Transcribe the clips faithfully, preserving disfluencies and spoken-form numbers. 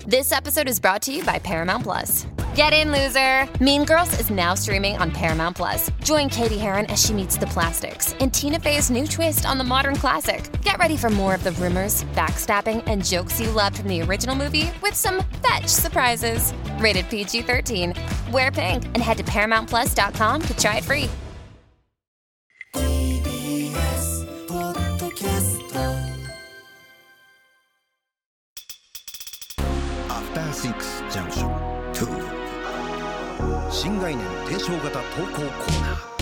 This episode is brought to you by Paramount Plus. Get in, loser! Mean Girls is now streaming on Paramount Plus. Join Katie Heron as she meets the plastics in Tina Fey's new twist on the modern classic. Get ready for more of the rumors, backstabbing, and jokes you loved from the original movie with some fetch surprises. Rated P G thirteen. Wear pink and head to paramount plus dot com to try it free. ティービーエス ポッドキャストアフターシックスジャンクションツー新概念提唱型投稿コーナー。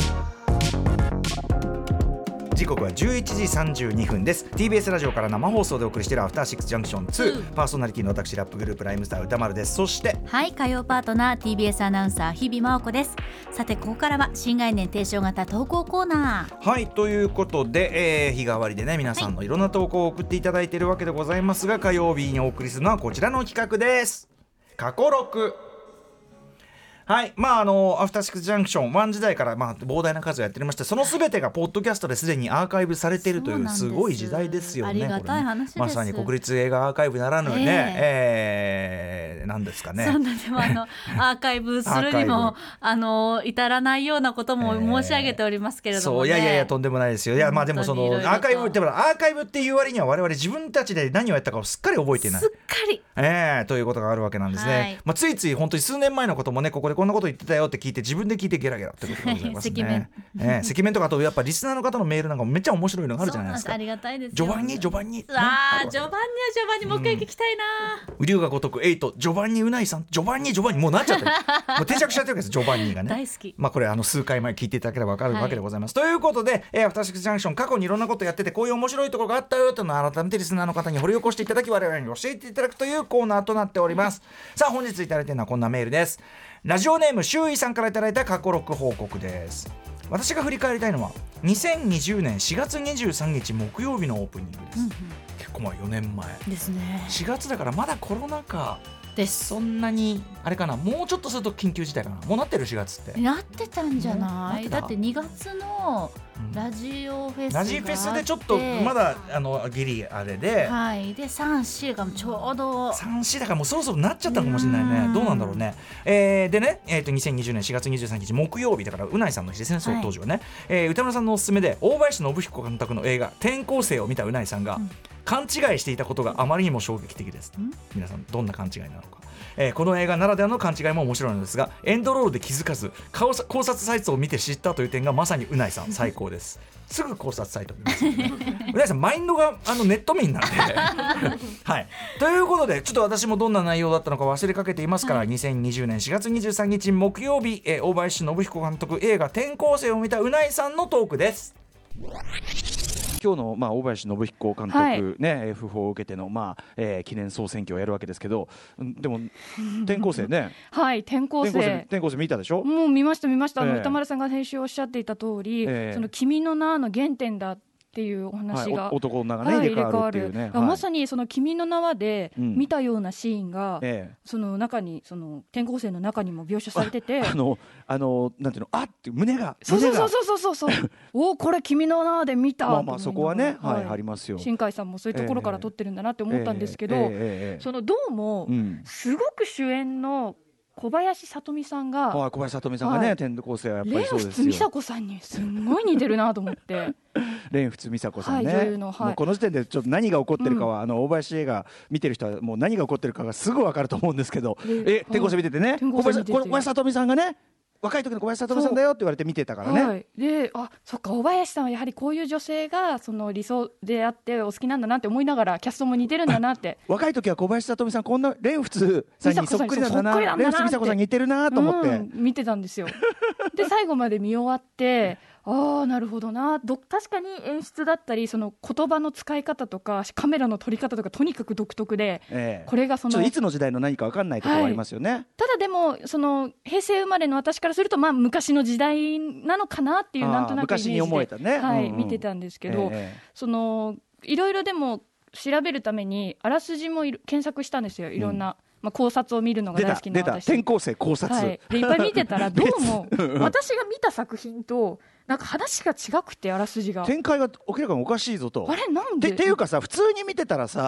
時刻はじゅういちじさんじゅうにふんです。 ティービーエス ラジオから生放送でお送りしているアフターシックスジャンクションツー、パーソナリティの私ラップグループライムスター歌丸です。そしてはい火曜パートナー ティービーエス アナウンサー日々真央子です。さてここからは新概念提唱型投稿コーナー。 はいということで、えー、日替わりでね皆さんのいろんな投稿を送っていただいているわけでございますが、火曜日にお送りするのはこちらの企画です。過去録。はいまああのアフターシックスジャンクションワン時代から、まあ、膨大な数をやっておりまして、その全てがポッドキャストですでにアーカイブされているというすごい時代ですよね。 ありがたい話です。 まさに国立映画アーカイブならぬね、えーえー、なんですかね。 そうなんでもあのアーカイブするにもあの至らないようなことも申し上げておりますけれども、ね、 そういやいやいやとんでもないですよ。いやまあでもそのアーカイブってアーカイブっていう割には我々自分たちで何をやったかをすっかり覚えていない。 すっかり、 えー、ということがあるわけなんですね。はいまあ、ついつい本当に数年前のこともねここでこんなこと言ってたよって聞いて自分で聞いてゲラゲラってことでございますね。赤面、えー、赤面とかあとやっぱリスナーの方のメールなんかもめっちゃ面白いのがあるじゃないですか。 ありがたいですよ。 序盤に序盤にああ序盤には序盤にもう一回聞きたいな。 う龍が如くエイト序盤にうないさん序盤に序盤にもうなっちゃってるもう定着しちゃってるわけです序盤にがね大好き。まあこれあの数回前聞いていただければ分かるわけでございます、はい、ということで、えー、アフターシックスジャンクション過去にいろんなことやっててこういう面白いところがあったよというのを改めてリスナーの方に掘り起こしていただき我々に教えていただくというコーナーとなっております。さあ本日いただいているのはこんなメールです。ラジオネーム周囲さんからいただいた過去録報告です。私が振り返りたいのはにせんにじゅうねんしがつにじゅうさんにち木曜日のオープニングです、うんうん、結構まあよねんまえですね。 しがつだからまだコロナ禍です。 そんなにあれかな、もうちょっとすると緊急事態かな。もうなってるしがつってなってたんじゃない。だってにがつのラジオフェスがあって、 ラジフェスでちょっとまだあのギリあれで、 はいで スリーシー がちょうどスリーシー だからもうそろそろなっちゃったかもしれないね。どうなんだろうね、えー、でね、えー、とにせんにじゅうねんしがつにじゅうさんにち木曜日だからうないさんの日ですね。その当時はね、はいえー、歌村さんのおすすめで大林信彦監督の映画転校生を見たうないさんが、うん、勘違いしていたことがあまりにも衝撃的です、うん、皆さんどんな勘違いなのか。えー、この映画ならではの勘違いも面白いのですが、エンドロールで気づかず考察サイトを見て知ったという点がまさにうないさん最高ですすぐ考察サイトを見ますよねうないさんマインドがあのネット民なんではいということでちょっと私もどんな内容だったのか忘れかけていますから、はい、にせんにじゅうねんしがつにじゅうさんにち木曜日、えー、大林信彦監督映画転校生を見たうないさんのトークです。今日の、まあ、大林信彦監督、はいね、訃報を受けての、まあえー、記念総選挙をやるわけですけど、でも転校生ねはい転校生転校生見たでしょ。 もう見ました見ました、えー、あの歌丸さんが先週おっしゃっていた通り、えー、その君の名の原点だっていうお話が、はい、男の名が、ねはい、入れ替わるっていうね、はい、 まさにその君の名はで見たようなシーンが、うんええ、その中にその転校生の中にも描写されてて、 あのあのなんていうのあって胸がそうそうそうそうそうそうおこれ君の名で見たまあまあそこはね、はいはい、ありますよ。 新海さんもそういうところから撮ってるんだなって思ったんですけど、えええええ、そのどうも、うん、すごく主演の小林聡美さんが、 小林聡美さんがね、はい、転校生はやっぱりそうですよ。 蓮仏美佐子さんにすごい似てるなと思って蓮仏美佐子さんね、 はい、女優の、はい、 もうこの時点でちょっと何が起こってるかは、うん、あの大林映画見てる人はもう何が起こってるかがすぐ分かると思うんですけど、え転校生見ててね、小林、小林聡美さんがね若い時の小林聡美さんだよって言われて見てたからね、はい、 であそっか小林さんはやはりこういう女性がその理想であってお好きなんだなって思いながらキャストも似てるんだなって若い時は小林聡美さんこんな蓮仏さんにそっくりなんだな蓮仏美佐子さんに似てるなと思って、うん、 見てたんですよで最後まで見終わってああなるほどなど確かに演出だったりその言葉の使い方とかカメラの撮り方とかとにかく独特で、ええ、これがそのちょっといつの時代の何か分かんないところはありますよね、はい、 ただでもその平成生まれの私からするとまあ昔の時代なのかなっていうなんとなくイメージで昔に思えたね、はい、うんうん、見てたんですけど、ええ、そのいろいろでも調べるためにあらすじも検索したんですよいろんな、うんまあ、考察を見るのが大好きな私出た出た転校生考察、 はい、でいっぱい見てたらどうも私が見た作品となんか話が違くてあらすじが展開が明らかにおかしいぞとあれなんでっていうかさ普通に見てたらさ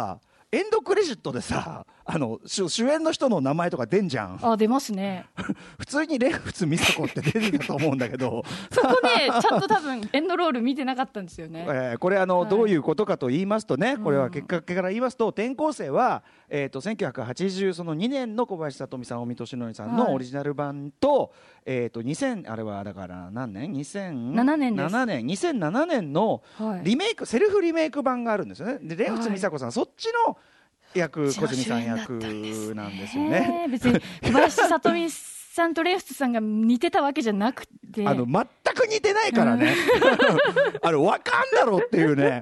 エンドクレジットでさあの主演の人の名前とか出んじゃん。 あ、出ますね普通に蓮佛美佐子って出てたと思うんだけどそこねちゃんと多分エンドロール見てなかったんですよね、 えー、これあの、はい、どういうことかと言いますとね、これは結果から言いますと、転校生は、えー、とせんきゅうひゃくはちじゅうにねんの小林聡美さん、尾身俊則さんのオリジナル版と、はい、えー、とにせんあれはだから何年にせんななねんです。ななねんにせんななねんのリメイク、はい、セルフリメイク版があるんですよね。で蓮佛美佐子さん、はい、そっちの役小泉さん役なんですよね。 別に小林聡美さんと蓮佛さんが似てたわけじゃなくてあの全く似てないからねあれ分かんだろうっていうね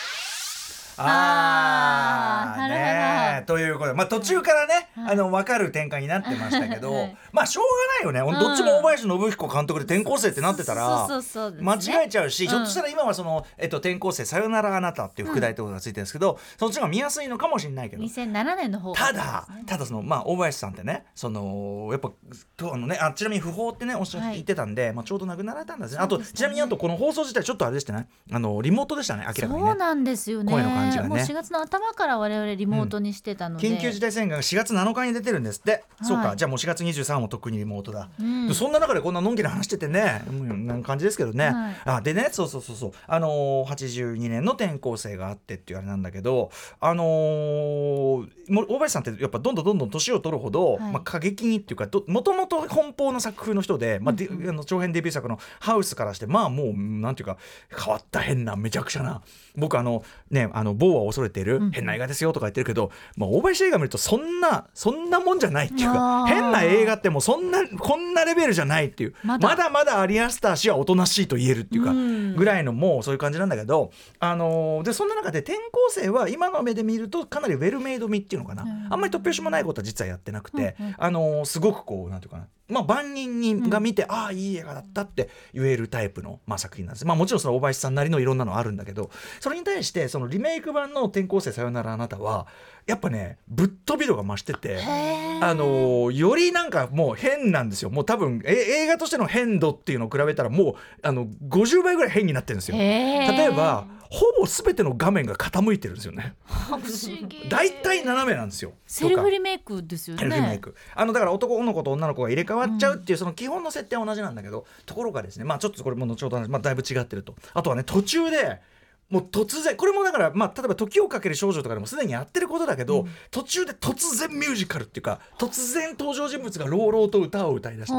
あーねということで、まあ、途中からね、はい、あの分かる展開になってましたけど、はい、まあしょうがないよね、うん、どっちも大林信彦監督で転校生ってなってたら間違えちゃうし、うん、ひょっとしたら今はその、えっと、転校生さよならあなたっていう副題ってことがついてるんですけど、うん、そっちが見やすいのかもしれないけどにせんななねんの方ただただその、まあ、大林さんってねそのやっぱとあの、ね、あちなみに訃報ってねおっしゃって言ってたんで、はい、まあ、ちょうど亡くなられたんですね。あとちなみにあとこの放送自体ちょっとあれでしたね、あのリモートでしたね、明らかにね。 そうなんですよね、 声の感じがね。 もうしがつの頭から我々リモートにしてたので、 うん、緊急事態宣言がしがつなのかに出てるんですって、はい、そうか、じゃあもうしがつにじゅうさんにちもとっくにリモートだ、うん、そんな中でこんなのんきな話しててね、うん、なん感じですけどね、はい、あでねそうそうそうそうあのー、はちじゅうにねんの転校生があってっていうあれなんだけど、あのー、大林さんってやっぱどんどんどんどん年を取るほど、はい、まあ、過激にっていうかもともと奔放な作風の人で、まあ、うん、あの長編デビュー作のハウスからしてまあもうなんていうか変わった変なめちゃくちゃな、僕あのねあの某は恐れている変な映画ですよとか言ってるけど、まあ、大林映画見るとそんなそんなもんじゃないっていうか、変な映画ってもうそんなこんなレベルじゃないっていう、まだまだまだアリアスター氏はおとなしいと言えるっていうかぐらいのもうそういう感じなんだけど、あのー、でそんな中で転校生は今の目で見るとかなりウェルメイド味っていうのかな、あんまり突拍子もないことは実はやってなくて、あのー、すごくこうなんていうかな、まあ、万人が見て、うん、ああいい映画だったって言えるタイプの、まあ、作品なんです。まあ、もちろんその大林さんなりのいろんなのあるんだけど、それに対してそのリメイク版の転校生さよならあなたはやっぱねぶっ飛び度が増してて、あのよりなんかもう変なんですよ。もう多分え映画としての変度っていうのを比べたらもうあのごじゅうばいぐらい変になってるんですよ。例えばほぼ全ての画面が傾いてるんですよね。 不思議。 大体斜めなんですよ。 セルフリメイクですよね。 セルフリメイク。あのだから男の子と女の子が入れ替わっちゃうっていう、うん、その基本の設定は同じなんだけど、ところがですね、まあちょっとこれも後ほど、まあ、だいぶ違ってると。あとはね途中でもう突然これもだから、まあ、例えば時をかける少女とかでもすでにやってることだけど、うん、途中で突然ミュージカルっていうか突然登場人物が朗々と歌を歌い出した。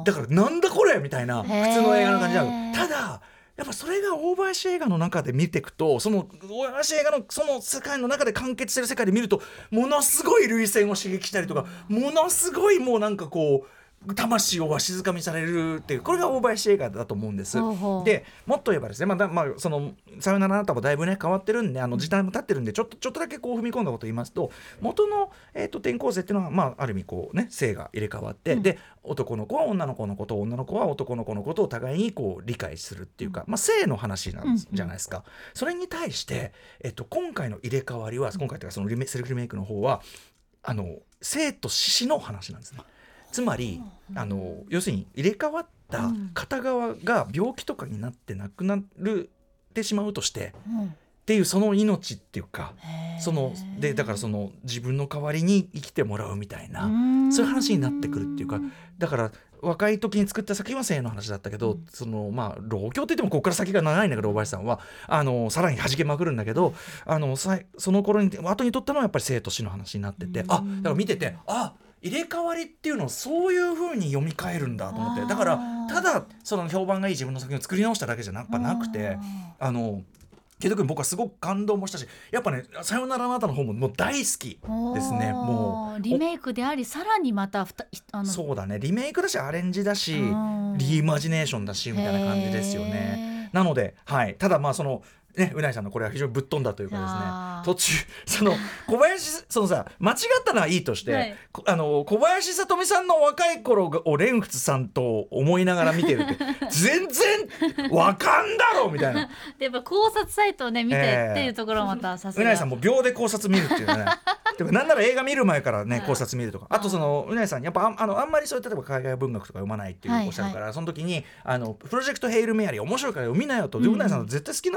だからなんだこれみたいな普通の映画の感じなの。ただやっぱそれが大林映画の中で見ていくと、その大林映画のその世界の中で完結してる世界で見るとものすごい涙腺を刺激したりとか、ものすごいもうなんかこう魂をわしづかみされるっていう、これが大林映画だと思うんです。ほうほう。でもっと言えばですね、まあだまあ、そのさよならあなたもだいぶね変わってるんで、あの時代も経ってるんでちょっとちょっとだけこう踏み込んだことを言いますと、元の、えー、と転校生っていうのは、まあ、ある意味こうね性が入れ替わって、うん、で男の子は女の子のことを女の子は男の子のことを互いにこう理解するっていうか、まあ、性の話なんじゃないですか、うんうん、それに対して、えー、と今回の入れ替わりは今回というかそのリメセルフリメイクの方はあの性と死の話なんですね。つまりあの要するに入れ替わった片側が病気とかになって亡くなるってしまうとして、うん、っていうその命っていうかそのでだからその自分の代わりに生きてもらうみたいなそういう話になってくるっていうか、だから若い時に作った作品は性の話だったけど、うん、そのまあ老境って言ってもここから先が長いんだけど大林さんはあのさらに弾けまくるんだけど、あのその頃に後にとったのはやっぱり生と死の話になってて、あだから見ててあ入れ替わりっていうのをそういう風に読み替えるんだと思って、だからただその評判がいい自分の作品を作り直しただけじゃなくて、あのケイト君僕はすごく感動もしたし、やっぱねさよならあなたの方ももう大好きですね。もうリメイクでありさらにまたふたあのそうだねリメイクだしアレンジだしリイマジネーションだしみたいな感じですよね。なので、はい、ただまあそのね、うないさんのこれは非常にぶっ飛んだというかですね、途中その小林そのさ間違ったのはいいとして、はい、あの小林聡美さんの若い頃を蓮佛さんと思いながら見てるって全然わかんだろみたいなでやっぱ考察サイトをね見て、えー、っていうところまたさすがうないさんも秒で考察見るっていうねでもなんなら映画見る前からね考察見るとか、あとそのうないさんやっぱ あ, あ, のあんまりそういう例えば海外文学とか読まないっていうおっしゃるから、はいはい、その時にあのプロジェクトヘイルメアリー面白いから読みなよと、うん、うないさんの絶対好きな中身だよ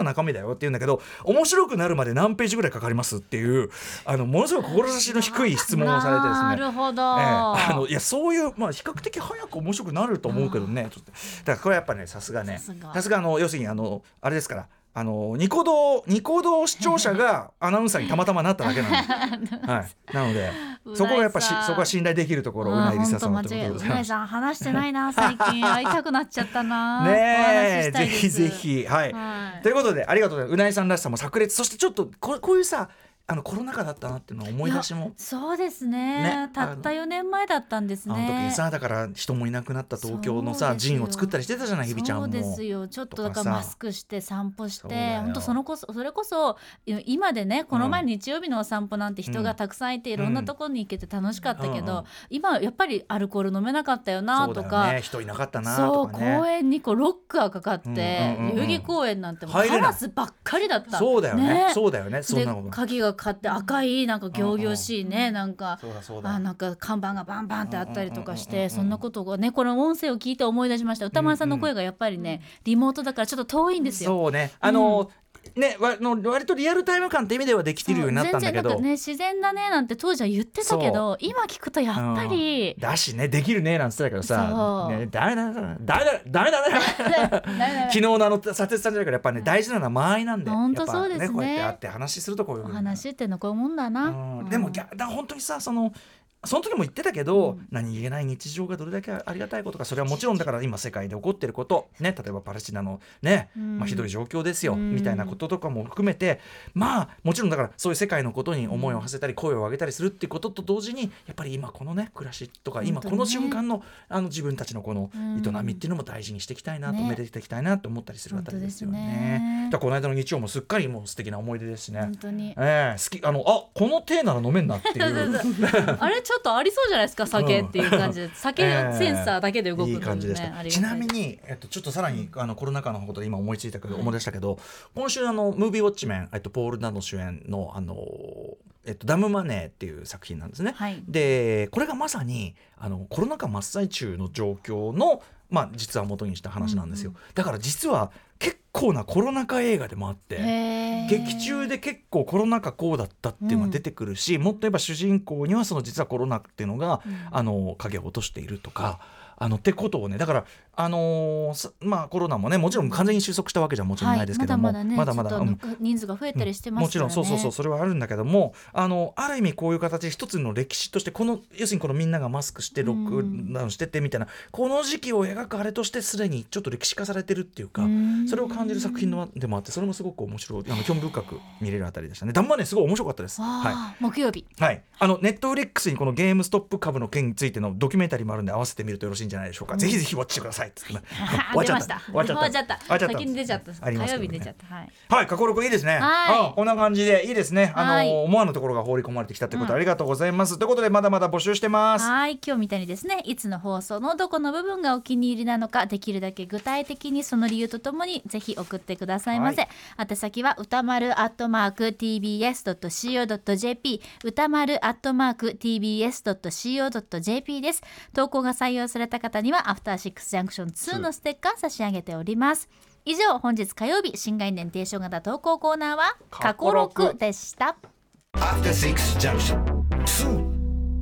よって言うんだけど、面白くなるまで何ページぐらいかかりますっていうあのものすごい志の低い質問をされてですねなるほど、えー、あのいやそういう、まあ、比較的早く面白くなると思うけどね、ちょっとだからこれやっぱねさすがねさすがあの要するにあのあれですからあのニコ動ニコ動視聴者がアナウンサーにたまたまなっただけなんで、はい、なのでそこがやっぱしそこは信頼できるところ、うないりささんのところでございます。 うないさん話してないな最近会いたくなっちゃったなねえぜひぜひ、はい、はい、ということでありがとうございます。うないさんらしさも炸裂、そしてちょっとこう、こういうさあのコロナ禍だったなっていうのを思い出しもそうです ね, ねたったよねんまえだったんですね。 あの時にさだから人もいなくなった東京のさ陣を作ったりしてたじゃない、ひびちゃんも。 そうですよ、ちょっとだからマスクして散歩して本当そのこそそれこそ今でねこの前日曜日のお散歩なんて人がたくさんいて、うん、いろんなところに行けて楽しかったけど、うんうん、今やっぱりアルコール飲めなかったよなとか、そうだよね、 人いなかったなとかね、 そう公園にこうロックがかかって、うんうんうんうん、代々木公園なんてもうカラスばっかりだった。 そうだよね、ね、そうだよね、そんなことで鍵がかかって赤いなんか仰々しいね、なんかあなんか看板がバンバンってあったりとかして、そんなことがねこの音声を聞いて思い出しました。歌丸さんの声がやっぱりねリモートだからちょっと遠いんですよ。 そうね、あの、うんね、わの割とリアルタイム感って意味ではできてるようになったんだけど、全然なんか、 ね、自然だねなんて当時は言ってたけど今聞くとやっぱり、 うん、だしねできるねなんて言ってたけどさ、ね、ダメだダメだダメだダメだ昨日のあの撮影さんじゃないからやっぱね大事なのは間合いなんで、 本当そうですね、 こうやって会って話するとこういうお話ってのこういうもんだな、 うん、でもだ本当にさそのその時も言ってたけど、うん、何気ない日常がどれだけありがたいことか、それはもちろんだから今世界で起こってること、ね、例えばパレスチナの、ねうんまあ、ひどい状況ですよ、うん、みたいなこととかも含めて、まあもちろんだからそういう世界のことに思いを馳せたり声を上げたりするっていうことと同時にやっぱり今このね暮らしとか今この瞬間の、あの自分たちのこの営みっていうのも大事にしていきたいなと、うん、めでていきたいなと思ったりするあたりですよね。ねだからこの間の日曜もすっかりもう素敵な思い出ですね。 本当に、 えー、好きあのあこの手なら飲めんなっていうあれちょっとありそうじゃないですか酒っていう感じで、うん、酒センサーだけで動くの、ねえー、いい感じでした。ちなみに、えっと、ちょっとさらにあのコロナ禍のことで今思いついたけど、はい、思い出したけど今週あのムービーウォッチメン、えっと、ポール・ダノ主演のあのえっと、ダムマネーっていう作品なんですね、はい、でこれがまさにあのコロナ禍真っ最中の状況の、まあ、実は元にした話なんですよ、うんうん、だから実は結構なコロナ禍映画でもあって劇中で結構コロナ禍こうだったっていうのが出てくるし、うん、もっと言えば主人公にはその実はコロナっていうのが、うん、あの影を落としているとか、あのってことをねだからあのー、まあコロナもねもちろん完全に収束したわけじゃもちろんないですけども、 はい、まだまだねまだまだ、うん、人数が増えたりしてますからね、 もちろんそうそうそうそれはあるんだけども、あのある意味こういう形で一つの歴史としてこの要するにこのみんながマスクしてロックダウンしててみたいな、うん、この時期を描くあれとしてすでにちょっと歴史化されてるっていうか、うん、それを感じる作品のでもあって、それもすごく面白いあの興味深く見れるあたりでしたね。だんまねすごい面白かったです、 はい、木曜日、 はい、あのネットフリックスにこのゲームストップ株の件についてのドキュメンタリーもあるんで合わせてみるとよろしいんじゃないでしょうか、うん、ぜひぜひウォッチしてくださいって終わっちゃった終わっちゃった終わっちゃった先に出ちゃった火曜日出ちゃった、はいはい過去録いいですね、あこんな感じでいいですね、あの思わぬところが放り込まれてきたということ、うん、ありがとうございます。ということでまだまだ募集してます。 はい今日みたいにですねいつの放送のどこの部分がお気に入りなのかできるだけ具体的にその理由とともにぜひ送ってくださいませ、はい、宛先は歌丸アットマーク ティービーエスドットシーオードットジェーピー 歌丸アットマーク ティービーエスドットシーオードットジェーピー です。投稿が採用された方にはアフターシックスジャンクションツーのステッカー差し上げております。以上本日火曜日新概念提唱型投稿コーナーは過去録でした。アフターシックスジャンクションツー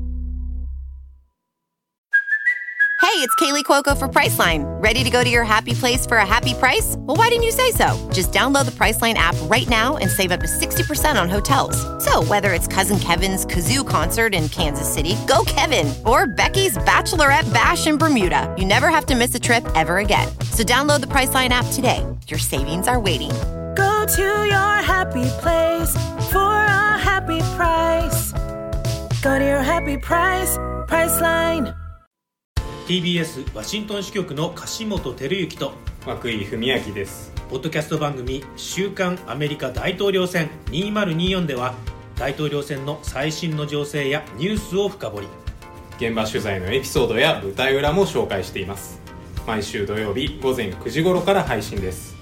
Hey, it's Kaylee Cuoco for Priceline. Ready to go to your happy place for a happy price? Well, why didn't you say so? Just download the Priceline app right now and save up to sixty percent on hotels. So whether it's Cousin Kevin's Kazoo Concert in Kansas City, go Kevin, or Becky's Bachelorette Bash in Bermuda, you never have to miss a trip ever again. So download the Priceline app today. Your savings are waiting. Go to your happy place for a happy price. Go to your happy price, Priceline. ティービーエス ワシントン支局の樫本照之と涌井文明です。 ポッドキャスト番組週刊アメリカ大統領選にせんにじゅうよんでは大統領選の最新の情勢やニュースを深掘り、 現場取材のエピソードや舞台裏も紹介しています。毎週土曜日午前くじ頃から配信です。